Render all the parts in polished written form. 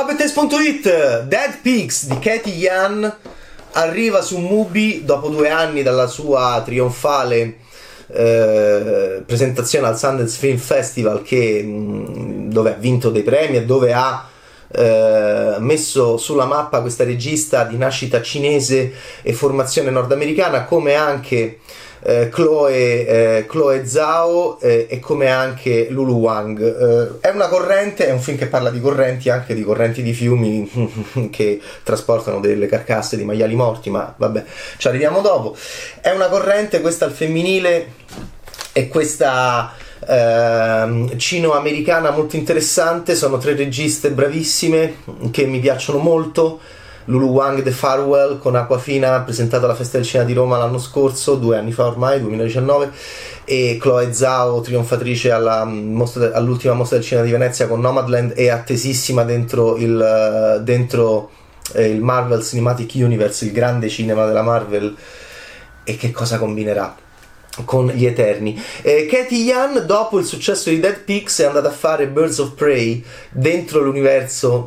Ciao Bettes.it, Dead Pigs di Cathy Yan arriva su Mubi dopo 2 anni dalla sua trionfale presentazione al Sundance Film Festival dove ha vinto dei premi e dove ha messo sulla mappa questa regista di nascita cinese e formazione nordamericana, come anche Chloe Zhao e come anche Lulu Wang. È una corrente, è un film che parla di correnti, anche di correnti di fiumi che trasportano delle carcasse di maiali morti, ma vabbè, ci arriviamo dopo. È una corrente questa al femminile, e questa cino-americana molto interessante. Sono 3 registe bravissime che mi piacciono molto. Lulu Wang, The Farewell, con Aquafina, presentato alla Festa del Cinema di Roma l'anno scorso, 2 anni fa ormai, 2019, e Chloe Zhao, trionfatrice all'ultima mostra del cinema di Venezia con Nomadland, e attesissima dentro il Marvel Cinematic Universe, il grande cinema della Marvel, e che cosa combinerà con gli Eterni. Cathy Yan, dopo il successo di Dead Pigs, è andata a fare Birds of Prey dentro l'universo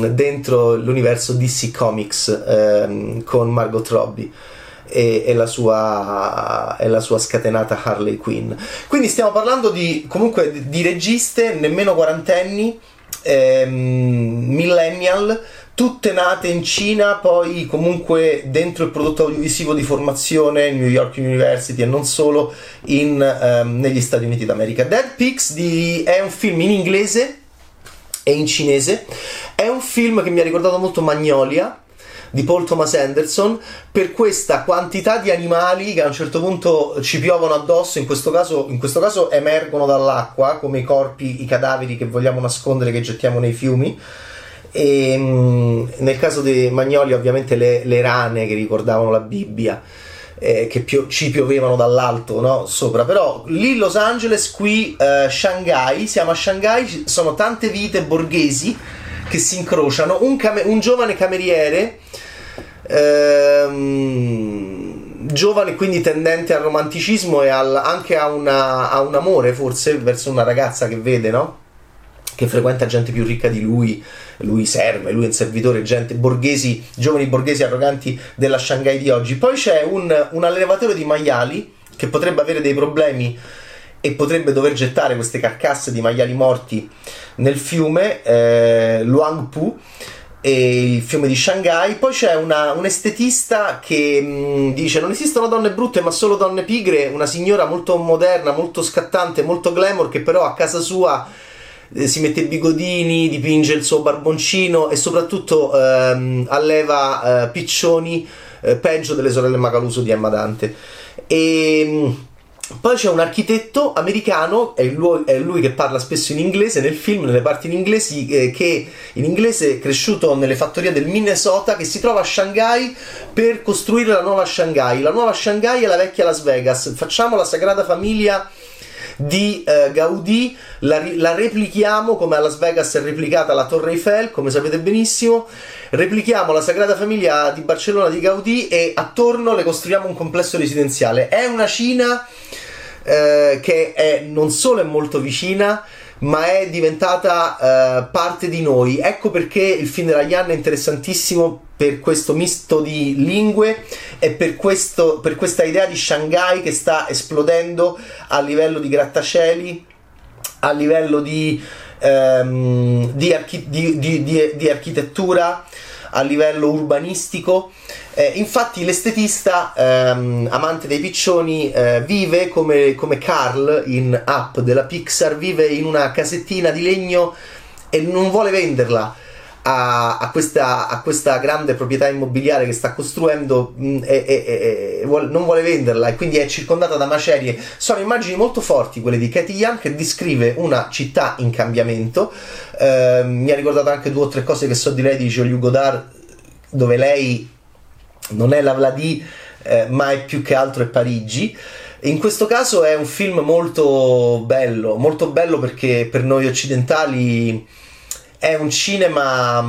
DC Comics, con Margot Robbie e la sua scatenata Harley Quinn. Quindi stiamo parlando comunque di registe nemmeno quarantenni, millennial, tutte nate in Cina, poi comunque dentro il prodotto audiovisivo di formazione New York University e non solo, negli Stati Uniti d'America. Dead Pigs è un film in inglese e in cinese. È un film che mi ha ricordato molto Magnolia di Paul Thomas Anderson, per questa quantità di animali che a un certo punto ci piovono addosso. In questo caso emergono dall'acqua come i corpi, i cadaveri che vogliamo nascondere, che gettiamo nei fiumi. E nel caso di Magnolia ovviamente le rane che ricordavano la Bibbia, che ci piovevano dall'alto, no? Sopra. Però lì Los Angeles, qui Shanghai, siamo a Shanghai, sono tante vite borghesi che si incrociano. Un giovane cameriere, giovane, quindi tendente al romanticismo e anche a un amore forse verso una ragazza che vede, no? Che frequenta gente più ricca di lui serve, lui è un servitore, giovani borghesi arroganti della Shanghai di oggi. Poi c'è un allevatore di maiali che potrebbe avere dei problemi e potrebbe dover gettare queste carcasse di maiali morti nel fiume Luang Pu, e il fiume di Shanghai. Poi c'è un estetista che dice: non esistono donne brutte ma solo donne pigre, una signora molto moderna, molto scattante, molto glamour, che però a casa sua si mette i bigodini, dipinge il suo barboncino e soprattutto alleva piccioni, peggio delle sorelle Macaluso di Emma Dante. E poi c'è un architetto americano, è lui che parla spesso in inglese nel film, nelle parti in inglese, che in inglese è cresciuto nelle fattorie del Minnesota, che si trova a Shanghai per costruire la nuova Shanghai. La nuova Shanghai è la vecchia Las Vegas. Facciamo la Sagrada Famiglia di Gaudì, la replichiamo come a Las Vegas è replicata la Torre Eiffel, come sapete benissimo. Replichiamo la Sagrada Famiglia di Barcellona di Gaudì e attorno le costruiamo un complesso residenziale. È una Cina che non solo è molto vicina, ma è diventata parte di noi. Ecco perché il film della Yan è interessantissimo, per questo misto di lingue e per questa idea di Shanghai che sta esplodendo a livello di grattacieli, a livello di architettura, a livello urbanistico. Infatti l'estetista, amante dei piccioni, vive come Carl in Up della Pixar, vive in una casettina di legno e non vuole venderla a questa grande proprietà immobiliare che sta costruendo, non vuole venderla, e quindi è circondata da macerie. Sono immagini molto forti quelle di Cathy Yan, che descrive una città in cambiamento. Mi ha ricordato anche 2 o 3 cose che so di lei, di Jean-Luc Godard, dove lei non è la Vladì, ma è più che altro è Parigi. In questo caso è un film molto bello perché per noi occidentali è un cinema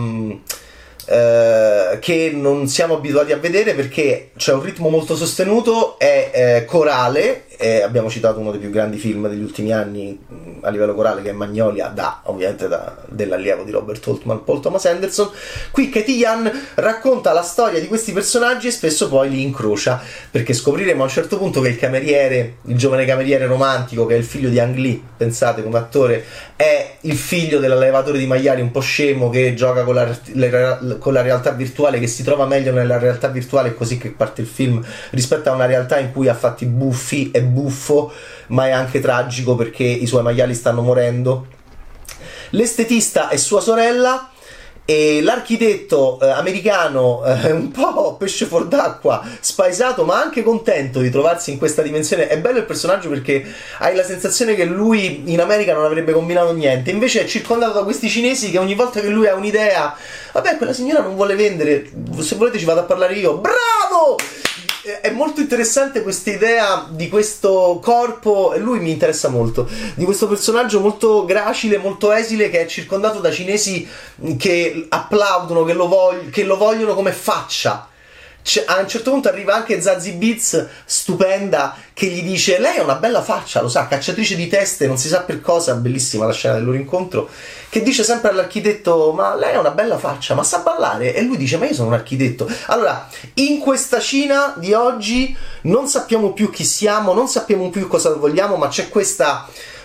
che non siamo abituati a vedere, perché c'è un ritmo molto sostenuto, è corale, abbiamo citato uno dei più grandi film degli ultimi anni a livello corale, che è Magnolia, ovviamente dell'allievo di Robert Altman, Paul Thomas Anderson. Qui Cathy Yan racconta la storia di questi personaggi e spesso poi li incrocia, perché scopriremo a un certo punto che il giovane cameriere romantico, che è il figlio di Ang Lee, pensate come attore, è il figlio dell'allevatore di maiali un po' scemo che gioca con la realtà virtuale, che si trova meglio nella realtà virtuale, così che parte il film, rispetto a una realtà in cui ha fatti buffi, è buffo, ma è anche tragico perché i suoi maiali stanno morendo. L'estetista è sua sorella, e l'architetto americano un po' pesce fuor d'acqua, spaesato ma anche contento di trovarsi in questa dimensione. È bello il personaggio perché hai la sensazione che lui in America non avrebbe combinato niente, invece è circondato da questi cinesi che ogni volta che lui ha un'idea, vabbè, quella signora non vuole vendere, se volete ci vado a parlare io, bravo! È molto interessante questa idea di questo corpo, e lui mi interessa molto, di questo personaggio molto gracile, molto esile, che è circondato da cinesi che applaudono, che lo vogliono come faccia. A un certo punto arriva anche Zazie Beetz, stupenda, che gli dice: lei ha una bella faccia, lo sa, cacciatrice di teste, non si sa per cosa. Bellissima la scena del loro incontro, che dice sempre all'architetto: ma lei ha una bella faccia, ma sa ballare? E lui dice: ma io sono un architetto. Allora, in questa Cina di oggi non sappiamo più chi siamo, non sappiamo più cosa vogliamo, ma c'è questo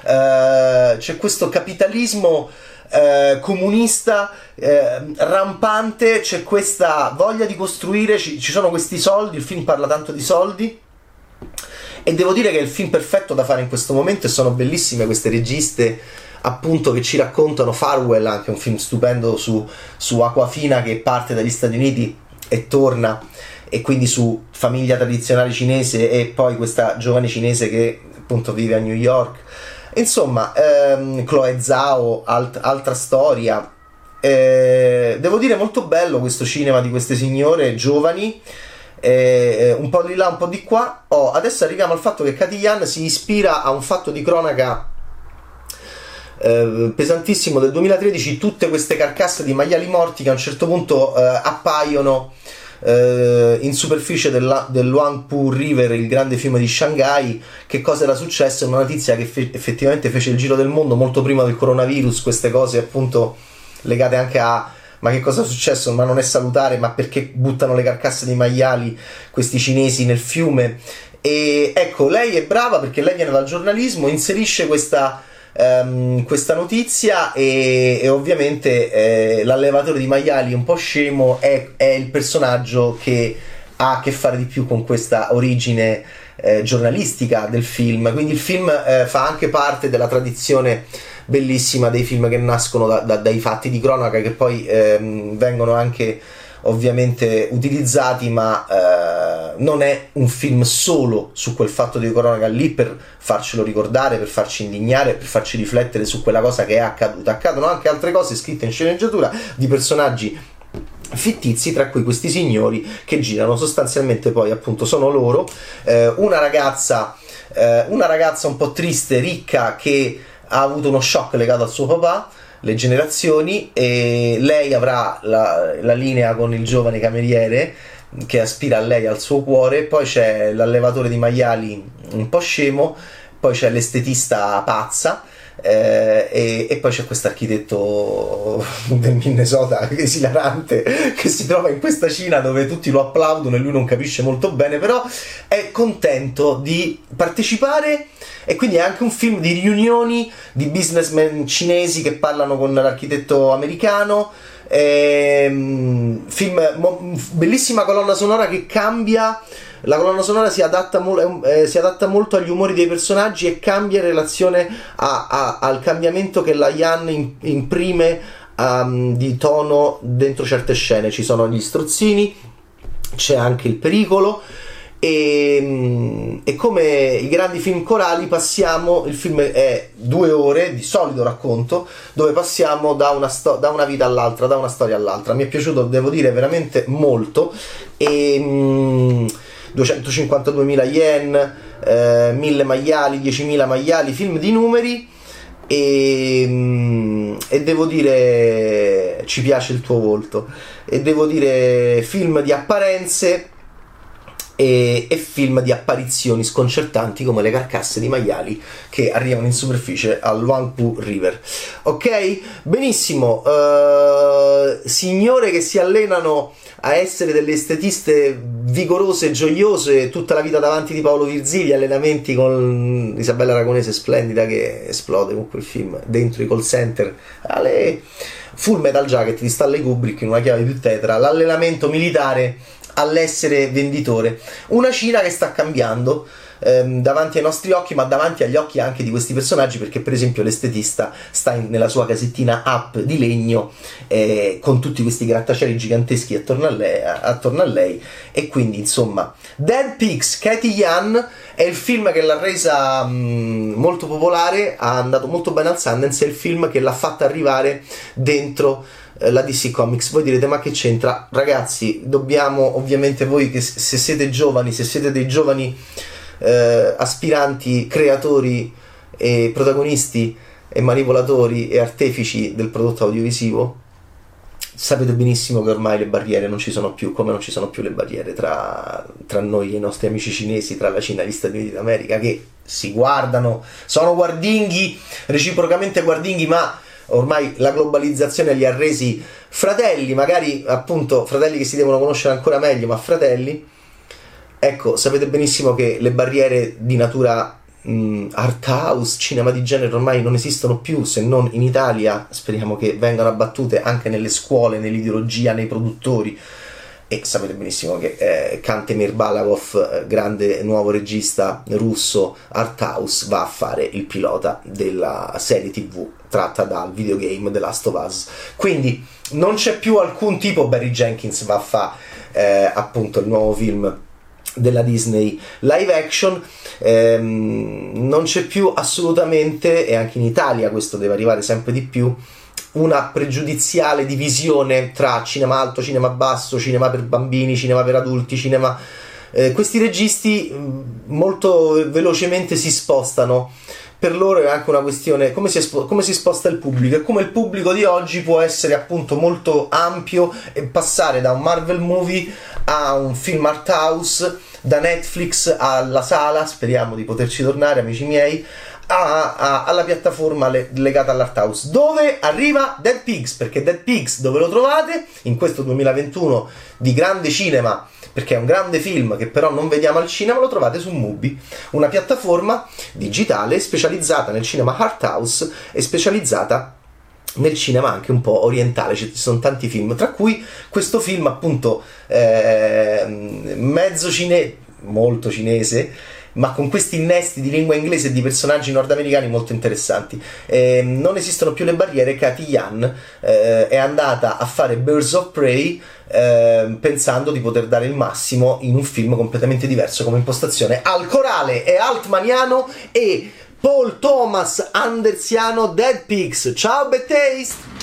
capitalismo comunista rampante, c'è questa voglia di costruire, ci sono questi soldi, il film parla tanto di soldi, e devo dire che è il film perfetto da fare in questo momento, e sono bellissime queste registe appunto che ci raccontano. Farewell, anche un film stupendo su Aquafina che parte dagli Stati Uniti e torna, e quindi su famiglia tradizionale cinese e poi questa giovane cinese che appunto vive a New York. Insomma, Chloe Zhao, altra storia. Devo dire molto bello questo cinema di queste signore giovani, un po' di là, un po' di qua. Adesso arriviamo al fatto che Cathy Yan si ispira a un fatto di cronaca pesantissimo del 2013, tutte queste carcasse di maiali morti che a un certo punto appaiono in superficie del Huangpu River, il grande fiume di Shanghai. Che cosa era successo? È una notizia che effettivamente fece il giro del mondo molto prima del coronavirus, queste cose appunto legate anche a ma che cosa è successo, ma non è salutare, ma perché buttano le carcasse dei maiali questi cinesi nel fiume. E ecco, lei è brava perché lei viene dal giornalismo, inserisce questa notizia, e ovviamente l'allevatore di maiali un po' scemo è il personaggio che ha a che fare di più con questa origine giornalistica del film. Quindi il film fa anche parte della tradizione bellissima dei film che nascono dai fatti di cronaca, che poi vengono anche ovviamente utilizzati, ma non è un film solo su quel fatto di cronaca lì per farcelo ricordare, per farci indignare, per farci riflettere su quella cosa che è accaduta. Accadono anche altre cose scritte in sceneggiatura di personaggi fittizi, tra cui questi signori che girano. Sostanzialmente poi appunto sono loro, una ragazza un po' triste, ricca, che ha avuto uno shock legato al suo papà, le generazioni, e lei avrà la linea con il giovane cameriere che aspira a lei, al suo cuore. Poi c'è l'allevatore di maiali un po' scemo, poi c'è l'estetista pazza, e poi c'è questo architetto del Minnesota esilarante che si trova in questa Cina dove tutti lo applaudono e lui non capisce molto bene, però è contento di partecipare. E quindi è anche un film di riunioni di businessmen cinesi che parlano con l'architetto americano. Bellissima colonna sonora che cambia. La colonna sonora si adatta molto agli umori dei personaggi e cambia in relazione al cambiamento che la Yan imprime di tono dentro certe scene. Ci sono gli strozzini, c'è anche il pericolo, e come i grandi film corali il film è 2 ore di solido racconto, dove passiamo da una vita all'altra, da una storia all'altra. Mi è piaciuto, devo dire, veramente molto. 252.000 yen, 1.000 maiali, 10.000 maiali, film di numeri, e devo dire ci piace il tuo volto, e devo dire film di apparenze, e film di apparizioni sconcertanti come le carcasse di maiali che arrivano in superficie al Huangpu River. Ok? Benissimo, signore che si allenano a essere delle estetiste vigorose, gioiose, tutta la vita davanti di Paolo Virzì, gli allenamenti con Isabella Aragonese splendida che esplode con quel film dentro i call center, Full Metal Jacket di Stanley Kubrick in una chiave più tetra, l'allenamento militare all'essere venditore, una Cina che sta cambiando davanti ai nostri occhi, ma davanti agli occhi anche di questi personaggi, perché per esempio l'estetista sta nella sua casettina up di legno con tutti questi grattacieli giganteschi attorno a lei, e quindi insomma Dead Pigs, Cathy Yan è il film che l'ha resa molto popolare, ha andato molto bene al Sundance, è il film che l'ha fatta arrivare dentro la DC Comics. Voi direte ma che c'entra? Ragazzi, dobbiamo, ovviamente voi che se siete giovani, se siete dei giovani aspiranti creatori e protagonisti e manipolatori e artefici del prodotto audiovisivo, sapete benissimo che ormai le barriere non ci sono più, come non ci sono più le barriere tra noi e i nostri amici cinesi, tra la Cina e gli Stati Uniti d'America, che si guardano, sono guardinghi, reciprocamente guardinghi, ma ormai la globalizzazione li ha resi fratelli, magari appunto fratelli che si devono conoscere ancora meglio, ma fratelli. Ecco, sapete benissimo che le barriere di natura art house, cinema di genere ormai non esistono più, se non in Italia. Speriamo che vengano abbattute anche nelle scuole, nell'ideologia, nei produttori. E sapete benissimo che Kantemir Balagov, grande nuovo regista russo art house, va a fare il pilota della serie TV tratta dal videogame The Last of Us. Quindi non c'è più alcun tipo, Barry Jenkins va a fare appunto il nuovo film della Disney live action, non c'è più assolutamente, e anche in Italia questo deve arrivare sempre di più, una pregiudiziale divisione tra cinema alto, cinema basso, cinema per bambini, cinema per adulti, cinema... questi registi molto velocemente si spostano. Per loro è anche una questione come si sposta il pubblico, e come il pubblico di oggi può essere appunto molto ampio e passare da un Marvel movie a un film art house, da Netflix alla sala, speriamo di poterci tornare amici miei, alla piattaforma legata all'art house. Dove arriva Dead Pigs? Perché Dead Pigs dove lo trovate? In questo 2021 di grande cinema, perché è un grande film che però non vediamo al cinema, lo trovate su Mubi, una piattaforma digitale specializzata nel cinema art house e specializzata nel cinema anche un po' orientale. Ci sono tanti film, tra cui questo film appunto mezzo cinese, molto cinese, ma con questi innesti di lingua inglese e di personaggi nordamericani molto interessanti. Non esistono più le barriere. Cathy Yan è andata a fare Birds of Prey pensando di poter dare il massimo in un film completamente diverso come impostazione, al corale e altmaniano e Paul Thomas Andersiano. Dead Pigs. Ciao, Bad Taste!